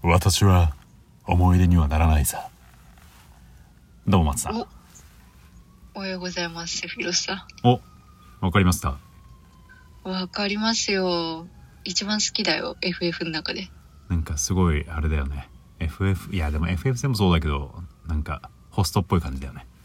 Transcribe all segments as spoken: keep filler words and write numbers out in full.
私は思い出にはならないさ。どうも松さん。 お、おはようございます。セフィロスさん。 お、わかりました。 わかりますよ。一番好きだよ、 エフエフ の中で。 なんかすごいあれだよね。 エフエフ、 いやでも エフエフ でもそうだけど、なんかホストっぽい感じだよね。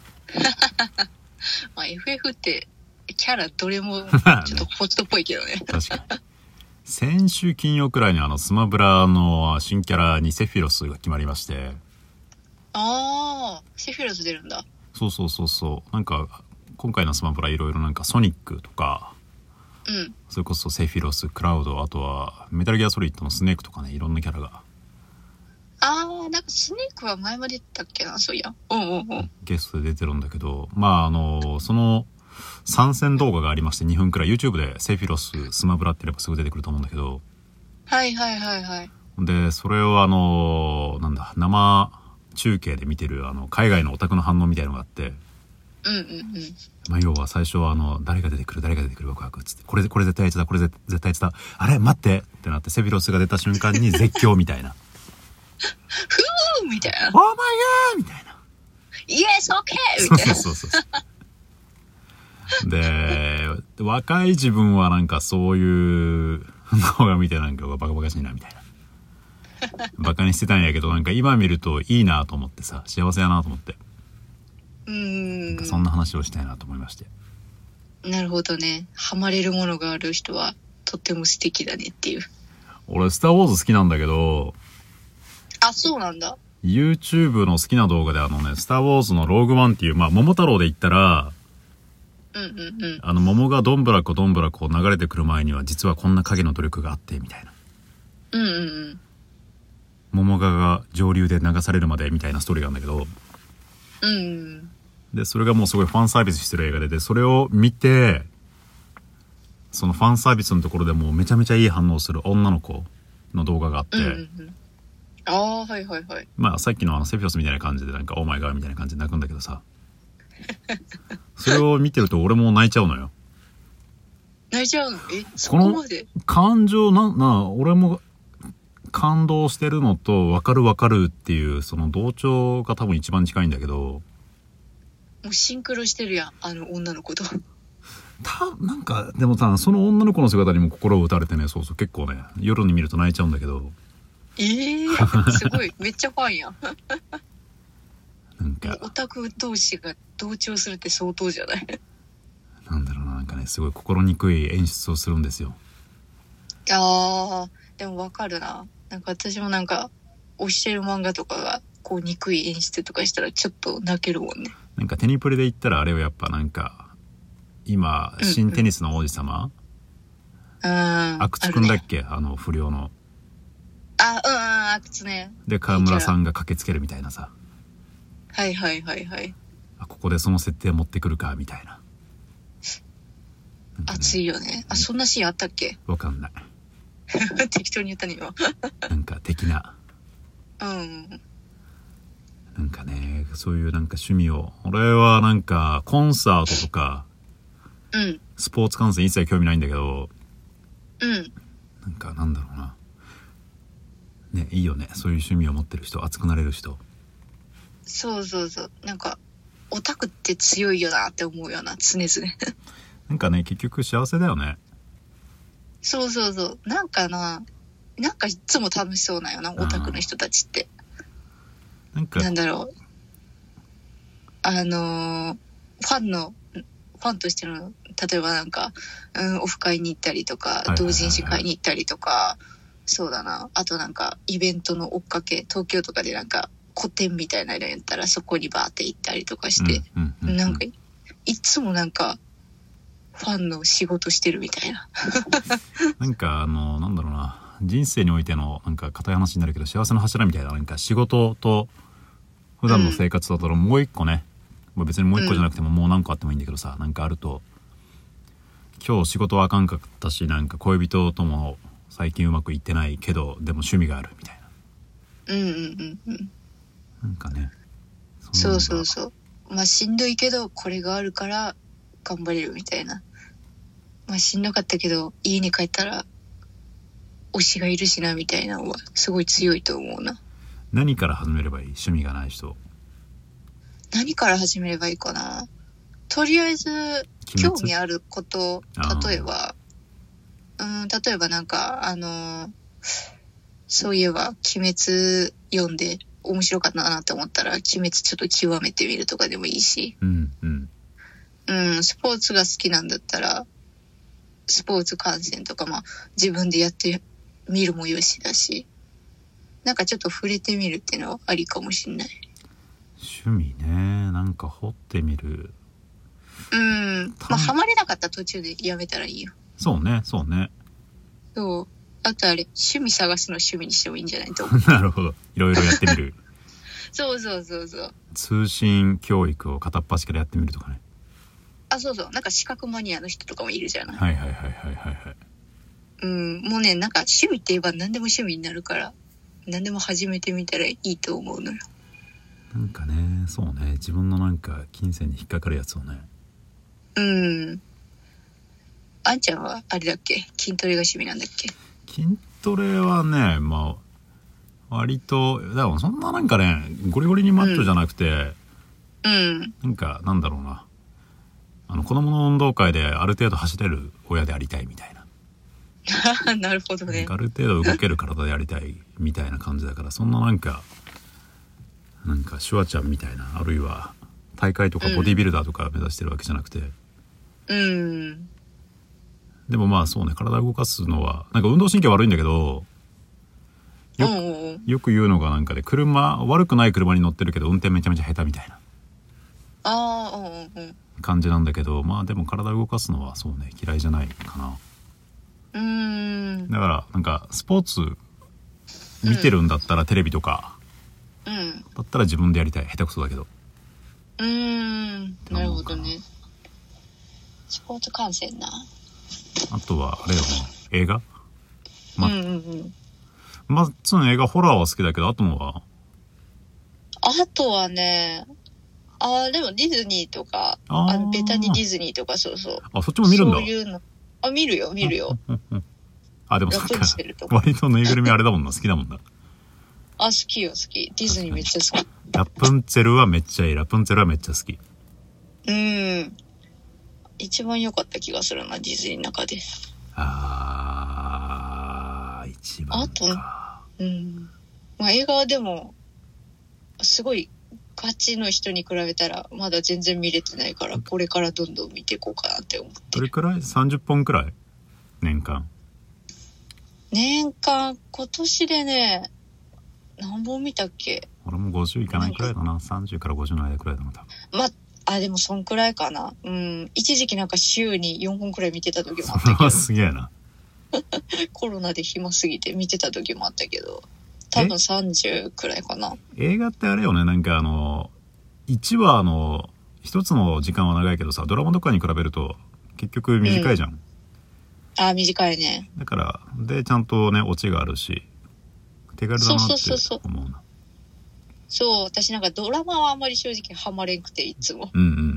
まあ エフエフ ってキャラどれもちょっとホストっぽいけどね。 確かに。先週金曜くらいにあのスマブラの新キャラにセフィロスが決まりまして。 ああ、セフィロス出るんだ。 そうそうそうそう。なんか今回のスマブラいろいろなんかソニックとか、 うん、 それこそセフィロス、クラウド、あとはメタルギアソリッドのスネークとかね、いろんなキャラが。 ああ、なんかスネークは前まで出たっけな、そういや。うんうんうん。 ゲストで出てるんだけど、まああのその参戦動画がありましてにふんくらい YouTube でセフィロススマブラってやればすぐ出てくると思うんだけど。 はいはいはいはい。 でそれをあのなんだ生中継で見てるあの海外のオタクの反応みたいのがあって。 うんうんうん。 まあ、要は最初はあの誰が出てくる誰が出てくるワクワクっつって、これこれ絶対あいつだこれ絶対あいつだ、あれ待ってってなってセフィロスが出た瞬間に絶叫みたいな。 ふーみたいな。 オーマイガーみたいな。 イエスオッケーみたいな。 そうそうそうそうで若い自分はなんかそういう動画見てなんかバカバカしいなみたいなバカにしてたんやけど、なんか今見るといいなと思ってさ、幸せやなと思って、 うーん、 なんかそんな話をしたいなと思いまして。 なるほどね。ハマれるものがある人はとっても素敵だねっていう。 俺スターウォーズ好きなんだけど。 あ、そうなんだ。 YouTube の好きな動画であのね、スターウォーズのローグワンっていう、まあ桃太郎で言ったら、 うんうんうん。 あの桃がどんぶらこどんぶらこ流れてくる前には実はこんな影の努力があってみたいな。 うんうんうん。 桃がが上流で流されるまでみたいなストーリーがあるんだけど。 うん。 でそれがもうすごいファンサービスしてる映画で、でそれを見て、そのファンサービスのところでもうめちゃめちゃいい反応する女の子の動画があって、 うんうんうん、ああはいはいはい。 まあさっきのあのセフィロスみたいな感じでなんかオーマイガーみたいな感じで泣くんだけどさそれを見てると俺も泣いちゃうのよ。 泣いちゃうの？え、そこまで？ 感情なな俺も感動してるのと分かる分かるっていうその同調が多分一番近いんだけど。 もうシンクロしてるやん、あの女の子と。 たなんかでもさ、その女の子の姿にも心を打たれてね、そうそう結構ね夜に見ると泣いちゃうんだけど。 ええー、すごいめっちゃファンやん。 なんかオタク同士が同調するって相当じゃない？ なんだろうな、なんかねすごい心にくい演出をするんですよ。 あーでもわかるな。なんか私もなんか推してる漫画とかがこう憎い演出とかしたらちょっと泣けるもんね。 なんかテニプレで言ったらあれはやっぱなんか今新テニスの王子様、 うんうん、 阿久津くんだっけ、 あ,、ね、あの不良の。 あ、うんうん、阿久津ね。 で川村さんが駆けつけるみたいなさ。 はいはいはいはい。 あ、ここでその設定持ってくるかみたいな。なんかね、 熱いよね。あ、そんなシーンあったっけ？ わかんない適当に言ったね今。 なんか的な。 うん。 なんかね、そういうなんか趣味を、俺はなんかコンサートとか、 うん、 スポーツ観戦一切興味ないんだけど、 うん、 なんかなんだろうな、ね、いいよね、そういう趣味を持ってる人、熱くなれる人。 そうそうそう、なんかオタクって強いよなって思うよな、常々。 なんかね、結局幸せだよね。 そうそうそう、なんかな、なんかいつも楽しそうなよな、オタクの人たちって。 なんかなんだろう、あのー、ファンのファンとしての、例えばなんか、うん、オフ会に行ったりとか、同人誌会に行ったりとか、そうだな、あとなんかイベントの追っかけ、東京とかでなんか個展みたいなのやったらそこにバーって行ったりとかして、 うんうんうんうん、 なんかいつもなんかファンの仕事してるみたいな。 なんかあのなんだろうな、人生においてのなんか固い話になるけど、幸せの柱みたいな、なんか仕事と普段の生活だったらもう一個ね、まあ、別にもう一個じゃなくてももう何個あってもいいんだけどさ、なんかあると、今日仕事はあかんかったし、なんか恋人とも最近うまくいってないけどでも趣味があるみたいな。うんうんうんうん。 なんかね、 そそうそうそう。まあしんどいけどこれがあるから頑張れるみたいな。まあしんどかったけど家に帰ったら推しがいるしなみたいなのはすごい強いと思うな。 何から始めればいい？趣味がない人。 何から始めればいいかな。とりあえず興味あること、例えばうん例えばなんかあのー、そういえば鬼滅読んで面白かったなって思ったら鬼滅ちょっと極めてみるとかでもいいし、 うんうんうんスポーツが好きなんだったらスポーツ観戦とかまあ自分でやってみるもよしだし、なんかちょっと触れてみるっていうのはありかもしれない。 趣味ね、なんか掘ってみる。 うんまあハマれなかったら途中でやめたらいいよ。 そうねそうね。 そうあとあれ趣味探すの趣味にしてもいいんじゃないと思う。 なるほど、いろいろやってみる。 そうそうそうそう通信教育を片っ端からやってみるとかね。 あそうそうなんか資格マニアの人とかもいるじゃない。 はいはいはいはいはいはい。 うんもうねなんか趣味って言えば何でも趣味になるから何でも始めてみたらいいと思うのよ。 なんかねそうね自分のなんか金銭に引っかかるやつをね。 うんあんちゃんはあれだっけ筋トレが趣味なんだっけ。 筋トレはねまあ割とだからそんななんかねゴリゴリにマッチョじゃなくて、 うん、 なんかなんだろうなあの子供の運動会である程度走れる親でありたいみたいな。 なるほどね。 ある程度動ける体でやりたいみたいな感じだからそんななんかなんかシュワちゃんみたいなあるいは大会とかボディビルダーとか目指してるわけじゃなくて、 うん、 でもまあそうね体を動かすのはなんか運動神経悪いんだけどよく、うん、よく言うのがなんかで、ね、車悪くない車に乗ってるけど運転めちゃめちゃ下手みたいなあ、うんうん、 感じなんだけどまあでも体を動かすのはそうね嫌いじゃないかな。 うーんだからなんかスポーツ見てるんだったら、うん、テレビとか、 うん、 だったら自分でやりたい下手くそだけど。 うーんなるほどね。スポーツ観戦な。 あとはあれよね映画ま、 うんうんうんまっつん映画ホラーは好きだけどあとのはあとはねあでもディズニーとかあのベタにディズニーとかそうそうあそっちも見るんだ。 そういうのあ見るよ見るよ。 あでもそっか割とぬいぐるみあれだもんな好きだもんな。 あ好きよ好きディズニーめっちゃ好き。 ラプンツェルはめっちゃいい。ラプンツェルはめっちゃ好き。 うん一番良かった気がするなディズニーの中で。 あー一番か。 あとうんまあ映画はでもすごいガチの人に比べたらまだ全然見れてないからこれからどんどん見ていこうかなって思ってる。 どれくらいさんじゅっぽんくらい年間年間今年でね何本見たっけ。 俺もごじゅういかないくらいだな。さんじゅうからごじゅうの間くらいだな多分。 まあでもそんくらいかな。うん一時期なんか週によんほんくらい見てた時もあったけどすげえなコロナで暇すぎて見てた時もあったけど多分さんじゅうくらいかな。 映画ってあれよねなんかあのいちわの一つの時間は長いけどさドラマとかに比べると結局短いじゃん、うん、 あ短いね。 だからでちゃんとねオチがあるし手軽だなって思うな。そうそうそうそうそう私なんかドラマはあんまり正直ハマれんくていつも、 うんうんうんうん、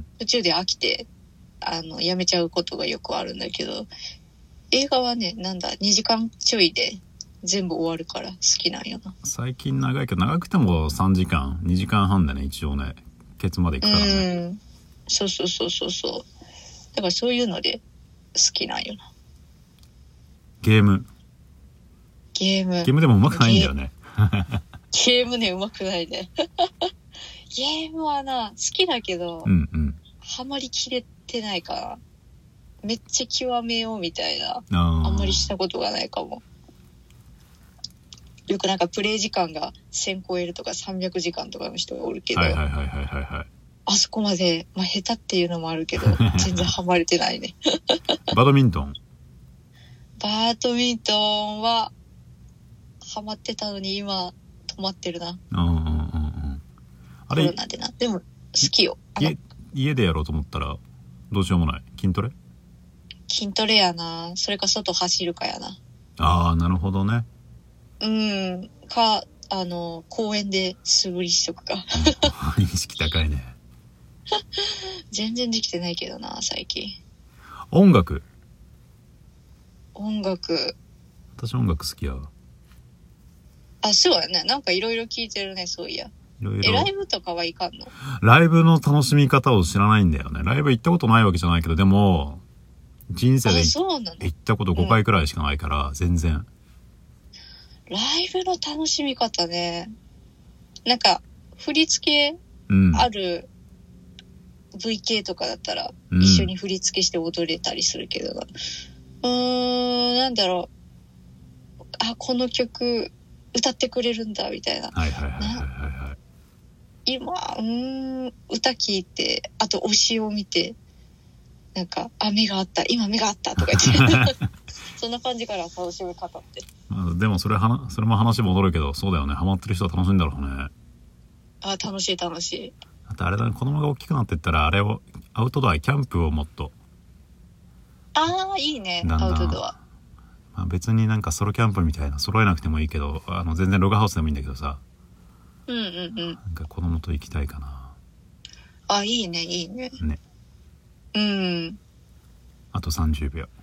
途中で飽きてあのやめちゃうことがよくあるんだけど映画はねなんだにじかんちょいで全部終わるから好きなんよな。 最近長いけど長くてもさんじかんにじかんはんでね一応ねケツまで行くからね。 うんそうそうそうそうそうだからそういうので好きなんよな。 ゲームゲームゲームでもうまくないんだよね。 ゲームねうまくないね。ゲームはな好きだけど、 うんうん、 ハマりきれてないからめっちゃ極めようみたいなあ, あんまりしたことがないかも。よくなんかプレイ時間がせん超えるとかさんびゃくじかんとかの人がおるけど、 はいはいはいはいはいはい、 あそこまで、まあ、下手っていうのもあるけど全然ハマれてないね。 バドミントンバドミントンはハマってたのに今止まってるな。 うんうんうんうん。あれコロナでな。でも好きよ。 家家でやろうと思ったらどうしようもない。筋トレ？ 筋トレやな。それか外走るかやな。 ああなるほどね。 うんかあの公園で素振りしとくか。 意識高いね。 全然できてないけどな最近。 音楽音楽私音楽好きやわ。 あ、そうやね。なんかいろいろ聞いてるね、そういや。 いろいろ。 え、ライブとかはいかんの？ ライブの楽しみ方を知らないんだよね。ライブ行ったことないわけじゃないけど、でも人生で行ったことごかいくらいしかないから、うん、全然。 ライブの楽しみ方ね。なんか振り付けある ブイケー とかだったら一緒に振り付けして踊れたりするけど、うん、うーん、なんだろう。あ、この曲歌ってくれるんだみたいな。 はいはいはいはいはい。 今、うーん、歌聞いて、あと推しを見て、なんか、あ、目があった、今目があったとか言って、そんな感じから楽しみ方って。 まあ、でもそれは、それも話戻るけど、そうだよね。ハマってる人は楽しいんだろうね。 あ、楽しい楽しい。 あとあれだね、子供が大きくなってったら、あれを、アウトドア、キャンプをもっと。 ああ、いいね、アウトドア。 まあ、別になんかソロキャンプみたいな、揃えなくてもいいけど、あの、全然ログハウスでもいいんだけどさ。 うんうんうん。 なんか子供と行きたいかな。 あ、いいね、いいね。 ね。 うん。 あとさんじゅうびょう。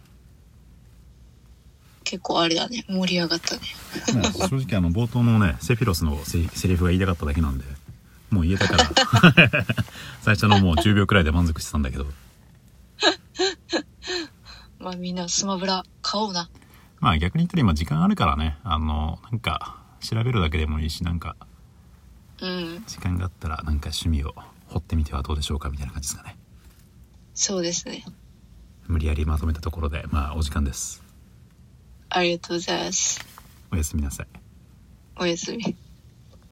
結構あれだね、盛り上がったね。 もう正直あの冒頭のね、セフィロスのセ、セリフが言いたかっただけなんで、もう言えたから最初のもうじゅうびょうくらいで満足してたんだけど。 まあみんなスマブラ買おうな。 まあ逆に言ったら今時間あるからね、あのなんか調べるだけでもいいし、なんか、 うん、 時間があったらなんか趣味を掘ってみてはどうでしょうかみたいな感じですかね。 そうですね。 無理やりまとめたところで、まあお時間です。 ありがとうございます。 おやすみなさい。 おやすみ。